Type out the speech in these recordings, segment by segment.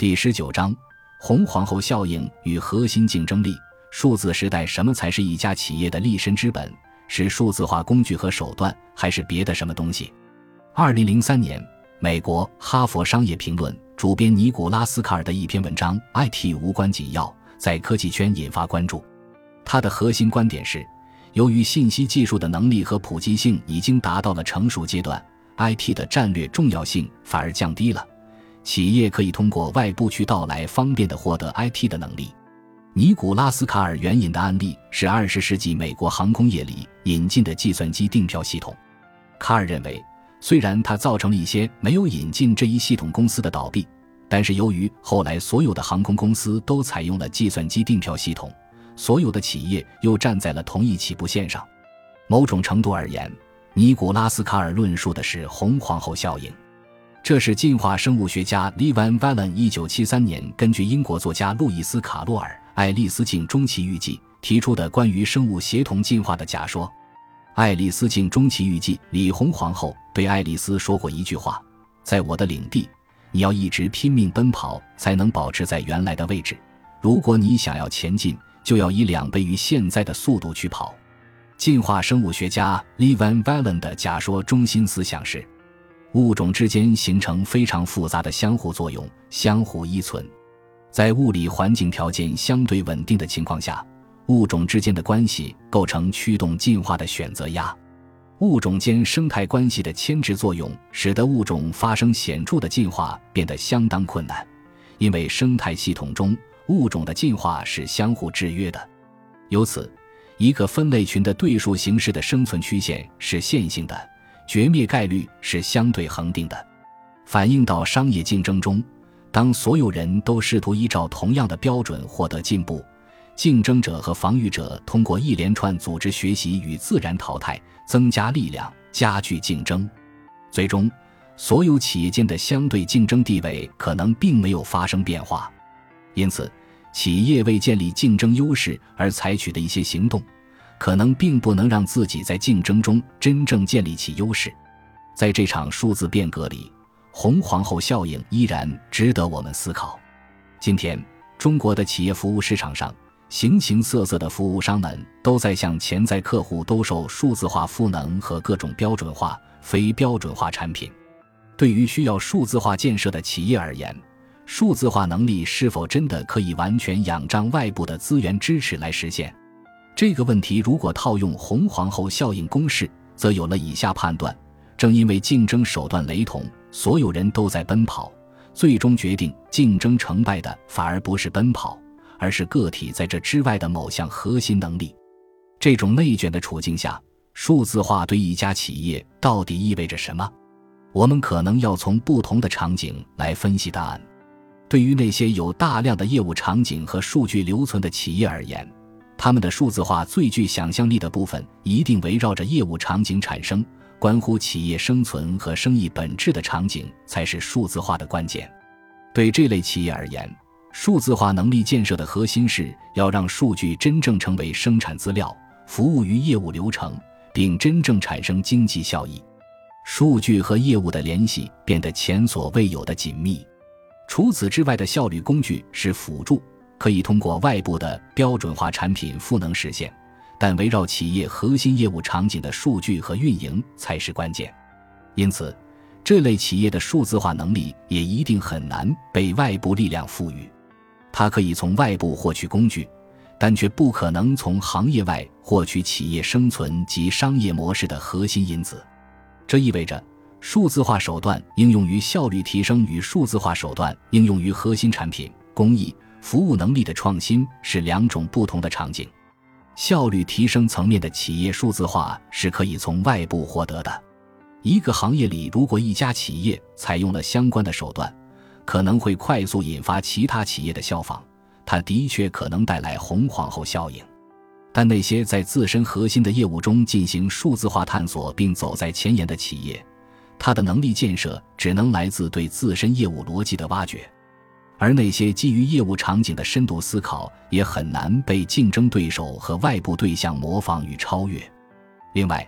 第19章红皇后效应与核心竞争力。数字时代，什么才是一家企业的立身之本？是数字化工具和手段，还是别的什么东西？2003年，美国哈佛商业评论主编尼古拉斯卡尔的一篇文章 IT 无关紧要在科技圈引发关注。他的核心观点是，由于信息技术的能力和普及性已经达到了成熟阶段， IT 的战略重要性反而降低了，企业可以通过外部渠道来方便地获得 IT 的能力。尼古拉斯卡尔援引的案例是20世纪美国航空业里引进的计算机订票系统。卡尔认为，虽然它造成了一些没有引进这一系统公司的倒闭，但是由于后来所有的航空公司都采用了计算机订票系统，所有的企业又站在了同一起步线上。某种程度而言，尼古拉斯卡尔论述的是红皇后效应。这是进化生物学家 Lee Van Valen 1973年根据英国作家路易斯·卡洛尔、爱丽丝镜中期预计提出的关于生物协同进化的假说。爱丽丝镜中期预计里，红皇后对爱丽丝说过一句话：在我的领地，你要一直拼命奔跑才能保持在原来的位置，如果你想要前进，就要以2倍于现在的速度去跑。进化生物学家 Lee Van Valen 的假说中心思想是，物种之间形成非常复杂的相互作用，相互依存。在物理环境条件相对稳定的情况下，物种之间的关系构成驱动进化的选择压。物种间生态关系的牵制作用使得物种发生显著的进化变得相当困难，因为生态系统中物种的进化是相互制约的。由此，一个分类群的对数形式的生存曲线是线性的，绝灭概率是相对恒定的。反映到商业竞争中，当所有人都试图依照同样的标准获得进步，竞争者和防御者通过一连串组织学习与自然淘汰增加力量，加剧竞争。最终，所有企业间的相对竞争地位可能并没有发生变化。因此，企业为建立竞争优势而采取的一些行动，可能并不能让自己在竞争中真正建立起优势。在这场数字变革里，红皇后效应依然值得我们思考。今天，中国的企业服务市场上，形形色色的服务商们都在向潜在客户兜售数字化赋能和各种标准化、非标准化产品。对于需要数字化建设的企业而言，数字化能力是否真的可以完全仰仗外部的资源支持来实现？这个问题如果套用红皇后效应公式，则有了以下判断：正因为竞争手段雷同，所有人都在奔跑，最终决定竞争成败的反而不是奔跑，而是个体在这之外的某项核心能力。这种内卷的处境下，数字化对一家企业到底意味着什么？我们可能要从不同的场景来分析答案。对于那些有大量的业务场景和数据留存的企业而言，他们的数字化最具想象力的部分一定围绕着业务场景产生，关乎企业生存和生意本质的场景才是数字化的关键。对这类企业而言，数字化能力建设的核心是要让数据真正成为生产资料，服务于业务流程，并真正产生经济效益。数据和业务的联系变得前所未有的紧密。除此之外的效率工具是辅助，可以通过外部的标准化产品赋能实现，但围绕企业核心业务场景的数据和运营才是关键。因此，这类企业的数字化能力也一定很难被外部力量赋予。它可以从外部获取工具，但却不可能从行业外获取企业生存及商业模式的核心因子。这意味着，数字化手段应用于效率提升与数字化手段应用于核心产品、工艺、服务能力的创新是2种不同的场景。效率提升层面的企业数字化是可以从外部获得的。一个行业里，如果一家企业采用了相关的手段，可能会快速引发其他企业的效仿，它的确可能带来红皇后效应。但那些在自身核心的业务中进行数字化探索并走在前沿的企业，它的能力建设只能来自对自身业务逻辑的挖掘，而那些基于业务场景的深度思考也很难被竞争对手和外部对象模仿与超越。另外，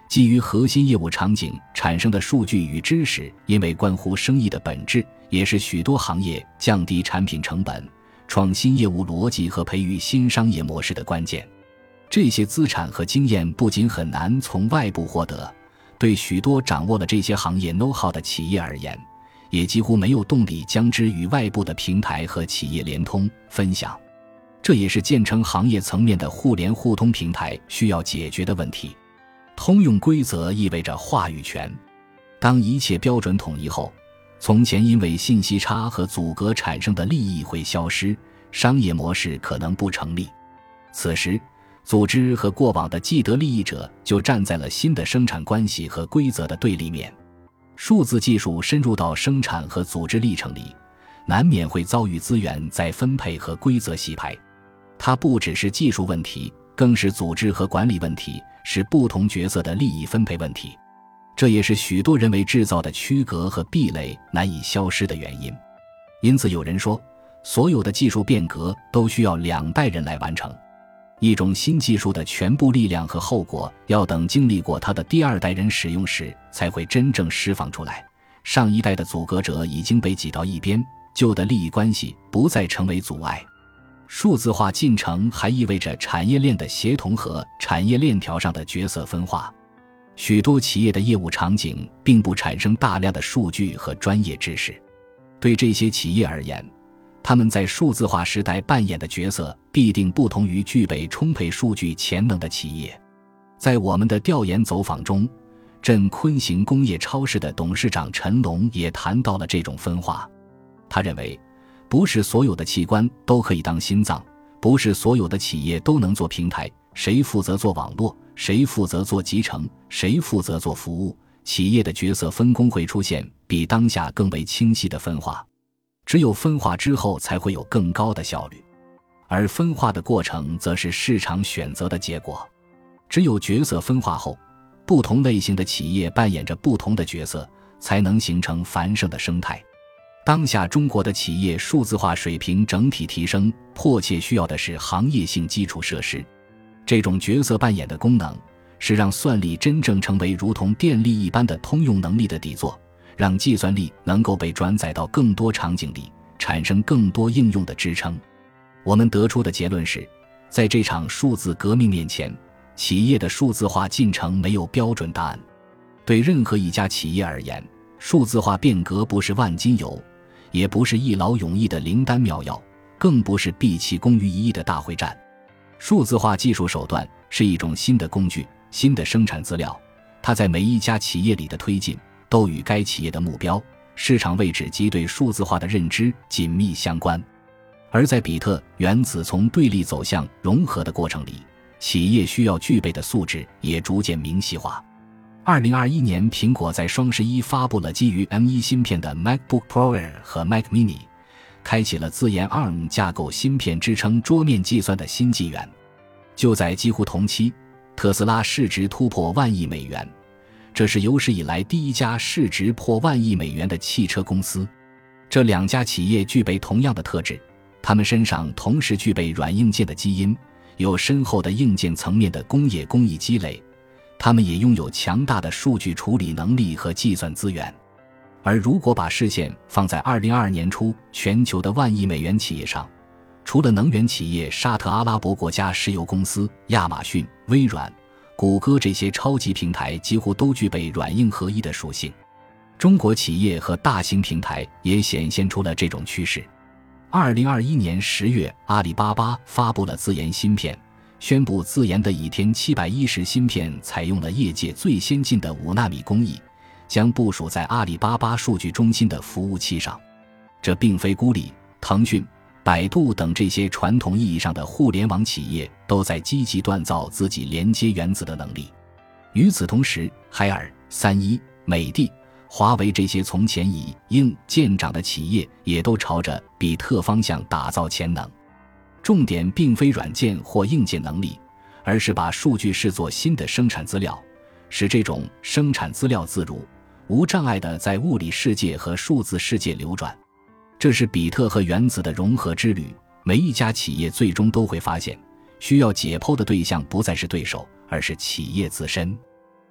基于核心业务场景产生的数据与知识，因为关乎生意的本质，也是许多行业降低产品成本、创新业务逻辑和培育新商业模式的关键。这些资产和经验不仅很难从外部获得，对许多掌握了这些行业 know-how 的企业而言，也几乎没有动力将之与外部的平台和企业联通分享。这也是建成行业层面的互联互通平台需要解决的问题。通用规则意味着话语权。当一切标准统一后，从前因为信息差和阻隔产生的利益会消失，商业模式可能不成立。此时，组织和过往的既得利益者就站在了新的生产关系和规则的对立面。数字技术深入到生产和组织历程里，难免会遭遇资源再分配和规则洗牌。它不只是技术问题，更是组织和管理问题，是不同角色的利益分配问题。这也是许多人为制造的区隔和壁垒难以消失的原因。因此有人说，所有的技术变革都需要2代人来完成。一种新技术的全部力量和后果，要等经历过它的第2代人使用时，才会真正释放出来。上一代的阻隔者已经被挤到一边，旧的利益关系不再成为阻碍。数字化进程还意味着产业链的协同和产业链条上的角色分化。许多企业的业务场景并不产生大量的数据和专业知识，对这些企业而言，他们在数字化时代扮演的角色必定不同于具备充沛数据潜能的企业。在我们的调研走访中，镇昆行工业超市的董事长陈龙也谈到了这种分化。他认为，不是所有的器官都可以当心脏，不是所有的企业都能做平台，谁负责做网络，谁负责做集成，谁负责做服务，企业的角色分工会出现比当下更为清晰的分化。只有分化之后才会有更高的效率，而分化的过程则是市场选择的结果。只有角色分化后，不同类型的企业扮演着不同的角色，才能形成繁盛的生态。当下中国的企业数字化水平整体提升，迫切需要的是行业性基础设施。这种角色扮演的功能，是让算力真正成为如同电力一般的通用能力的底座，让计算力能够被转载到更多场景里，产生更多应用的支撑。我们得出的结论是，在这场数字革命面前，企业的数字化进程没有标准答案。对任何一家企业而言，数字化变革不是万金油，也不是一劳永逸的灵丹妙药，更不是毕其功于一役的大会战。数字化技术手段是一种新的工具，新的生产资料，它在每一家企业里的推进，都与该企业的目标、市场位置及对数字化的认知紧密相关。而在比特原子从对立走向融合的过程里，企业需要具备的素质也逐渐明细化。2021年，苹果在双11发布了基于 M1 芯片的 MacBook Pro Air 和 Mac Mini， 开启了自研 ARM 架构芯片支撑桌面计算的新纪元。就在几乎同期，特斯拉市值突破1万亿美元，这是有史以来第一家市值破1万亿美元的汽车公司。这2家企业具备同样的特质，它们身上同时具备软硬件的基因，有深厚的硬件层面的工业工艺积累，他们也拥有强大的数据处理能力和计算资源。而如果把视线放在2022年初全球的1万亿美元企业上，除了能源企业沙特阿拉伯国家石油公司、亚马逊、微软、谷歌这些超级平台几乎都具备软硬合一的属性。中国企业和大型平台也显现出了这种趋势。2021年10月，阿里巴巴发布了自研芯片，宣布自研的倚天710芯片采用了业界最先进的5纳米工艺，将部署在阿里巴巴数据中心的服务器上。这并非孤立，腾讯、百度等这些传统意义上的互联网企业都在积极锻造自己连接原子的能力。与此同时，海尔、3一、美的、华为这些从前以硬见长的企业也都朝着比特方向打造潜能。重点并非软件或硬件能力，而是把数据视作新的生产资料，使这种生产资料自如、无障碍地在物理世界和数字世界流转。这是比特和原子的融合之旅，每一家企业最终都会发现，需要解剖的对象不再是对手，而是企业自身。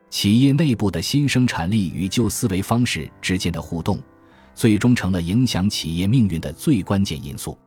企业内部的新生产力与旧思维方式之间的互动，最终成了影响企业命运的最关键因素。